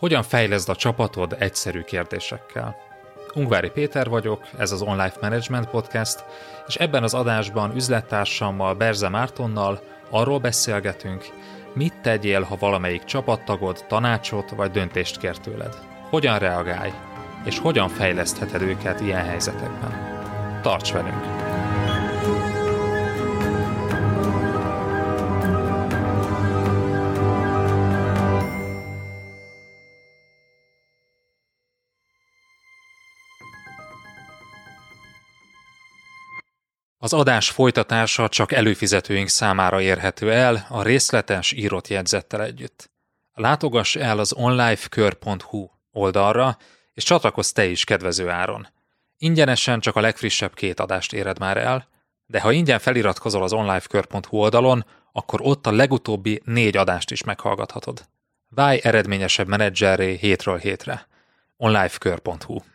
Hogyan fejleszd a csapatod egyszerű kérdésekkel? Ungvári Péter vagyok, ez az Online Management Podcast, és ebben az adásban üzlettársammal, Berze Mártonnal arról beszélgetünk, mit tegyél, ha valamelyik csapattagod tanácsot vagy döntést kér tőled. Hogyan reagálj, és hogyan fejlesztheted őket ilyen helyzetekben. Tarts velünk! Az adás folytatása csak előfizetőink számára érhető el a részletes írott jegyzettel együtt. Látogass el az onlifekör.hu oldalra, és csatlakozz te is kedvező áron. Ingyenesen csak a legfrissebb 2 adást éred már el, de ha ingyen feliratkozol az onlifekör.hu oldalon, akkor ott a legutóbbi 4 adást is meghallgathatod. Válj eredményesebb menedzserré hétről hétre. onlifekör.hu